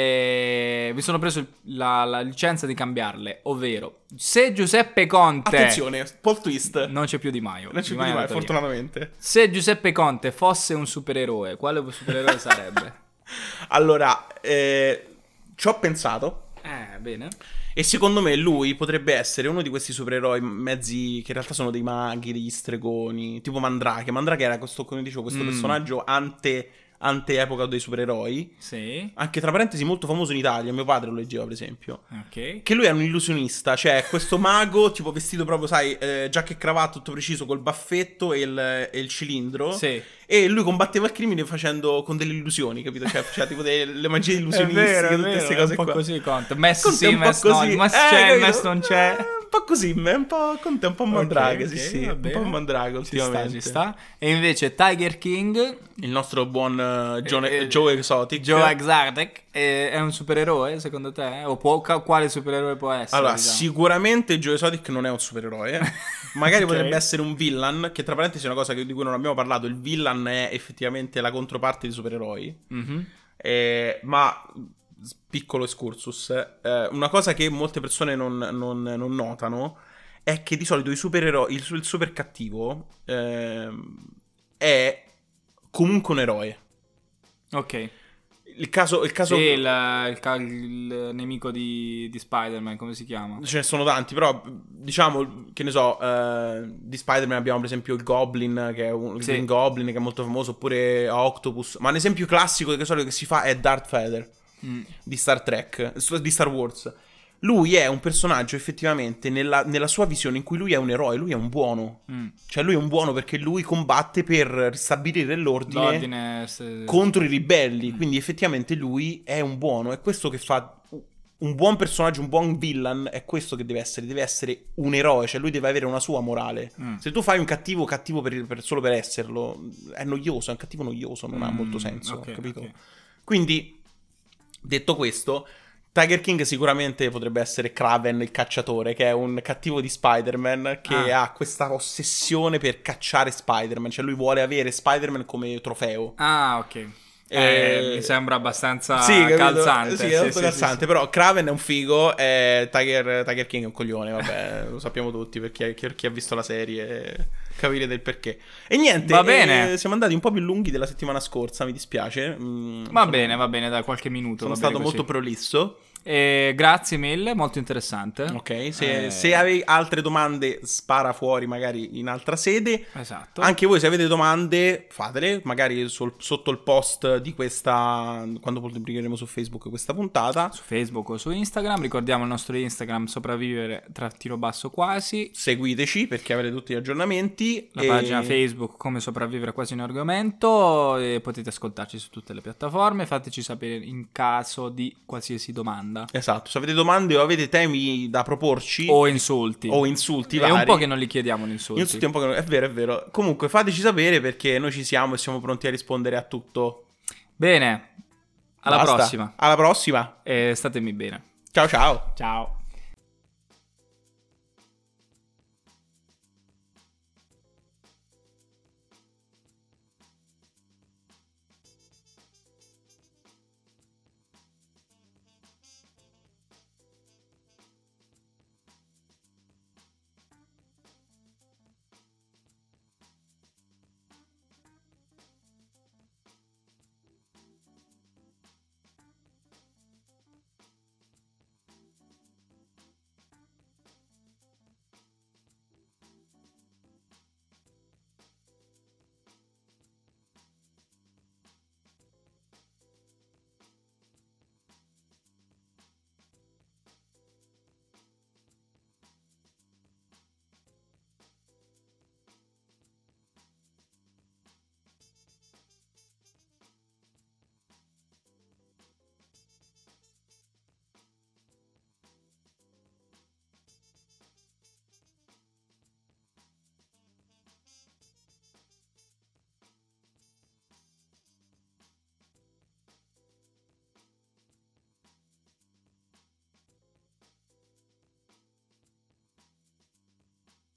[SPEAKER 2] Mi sono preso la licenza di cambiarle, ovvero se Giuseppe Conte,
[SPEAKER 1] attenzione, plot twist,
[SPEAKER 2] non c'è più Di Maio,
[SPEAKER 1] fortunatamente.
[SPEAKER 2] Se Giuseppe Conte fosse un supereroe, quale supereroe sarebbe?
[SPEAKER 1] Allora, ci ho pensato.
[SPEAKER 2] Bene.
[SPEAKER 1] E secondo me lui potrebbe essere uno di questi supereroi mezzi che in realtà sono dei maghi, degli stregoni, tipo Mandrake. Mandrake era questo, come dicevo, questo personaggio ante epoca dei supereroi.
[SPEAKER 2] Sì.
[SPEAKER 1] Anche tra parentesi molto famoso in Italia. Mio padre lo leggeva, per esempio.
[SPEAKER 2] Ok.
[SPEAKER 1] Che lui è un illusionista. Cioè questo mago tipo vestito proprio, sai, giacca e cravatta tutto preciso, col baffetto e il cilindro.
[SPEAKER 2] Sì.
[SPEAKER 1] E lui combatteva il crimine con delle illusioni, capito? Cioè tipo le magie illusionistiche, tutte queste cose qua.
[SPEAKER 2] Un po' così Conte. Mess sì, Mess no. Mess c'è, Mess non c'è.
[SPEAKER 1] Un po' così, un po' Mandrake, sì. Un po' Mandrake ultimamente.
[SPEAKER 2] Ci sta. E invece Tiger King,
[SPEAKER 1] il nostro buon Joe Exotic.
[SPEAKER 2] È un supereroe secondo te? O quale supereroe può essere?
[SPEAKER 1] Allora, sicuramente Joe Exotic non è un supereroe. Magari potrebbe essere un villain, che tra parentesi è una cosa di cui non abbiamo parlato. Il villain è effettivamente la controparte dei supereroi. Ma piccolo excursus, una cosa che molte persone non notano è che di solito i supereroi, il super cattivo è comunque un eroe.
[SPEAKER 2] Ok.
[SPEAKER 1] Il caso
[SPEAKER 2] sì, il nemico di Spider-Man, come si chiama?
[SPEAKER 1] Ce ne sono tanti, però diciamo, che ne so, di Spider-Man abbiamo per esempio il Goblin, che è il Green Goblin, che è molto famoso, oppure Octopus. Ma un esempio classico che si fa è Darth Vader di Star Trek, di Star Wars. lui è un personaggio effettivamente nella sua visione in cui lui è un eroe, lui è un buono. Cioè lui è un buono perché lui combatte per ristabilire l'ordine contro i ribelli. Quindi effettivamente lui è un buono. È questo che fa un buon personaggio, un buon villain. È questo che deve essere un eroe. Cioè lui deve avere una sua morale. Se tu fai un cattivo solo per esserlo, è noioso, è un cattivo noioso, non ha molto senso, capito? Okay. Quindi, detto questo, Tiger King sicuramente potrebbe essere Kraven il cacciatore, che è un cattivo di Spider-Man che ha questa ossessione per cacciare Spider-Man, cioè lui vuole avere Spider-Man come trofeo.
[SPEAKER 2] Ah, ok. Mi sembra abbastanza calzante.
[SPEAKER 1] Sì, è molto calzante, sì. Però Kraven è un figo e Tiger King è un coglione, vabbè, lo sappiamo tutti per chi ha visto la serie, capire del perché. E niente,
[SPEAKER 2] va bene.
[SPEAKER 1] Siamo andati un po' più lunghi della settimana scorsa, mi dispiace.
[SPEAKER 2] Va bene, da qualche minuto.
[SPEAKER 1] Sono stato molto prolisso.
[SPEAKER 2] Grazie mille, molto interessante.
[SPEAKER 1] Ok, se avevi altre domande spara fuori magari in altra sede.
[SPEAKER 2] Esatto.
[SPEAKER 1] Anche voi se avete domande fatele, magari sotto il post di questa, quando pubblicheremo su Facebook questa puntata.
[SPEAKER 2] Su Facebook o su Instagram, ricordiamo il nostro Instagram sopravvivere_quasi.
[SPEAKER 1] Seguiteci perché avrete tutti gli aggiornamenti.
[SPEAKER 2] La pagina Facebook come sopravvivere quasi in argomento, e potete ascoltarci su tutte le piattaforme. Fateci sapere in caso di qualsiasi domanda.
[SPEAKER 1] Esatto, se avete domande o avete temi da proporci
[SPEAKER 2] o insulti
[SPEAKER 1] vari.
[SPEAKER 2] È un po' che non li chiediamo gli insulti.
[SPEAKER 1] È vero. Comunque fateci sapere perché noi ci siamo e siamo pronti a rispondere a tutto.
[SPEAKER 2] Bene, alla prossima.
[SPEAKER 1] Alla prossima.
[SPEAKER 2] E statemi bene.
[SPEAKER 1] Ciao.
[SPEAKER 2] Ciao.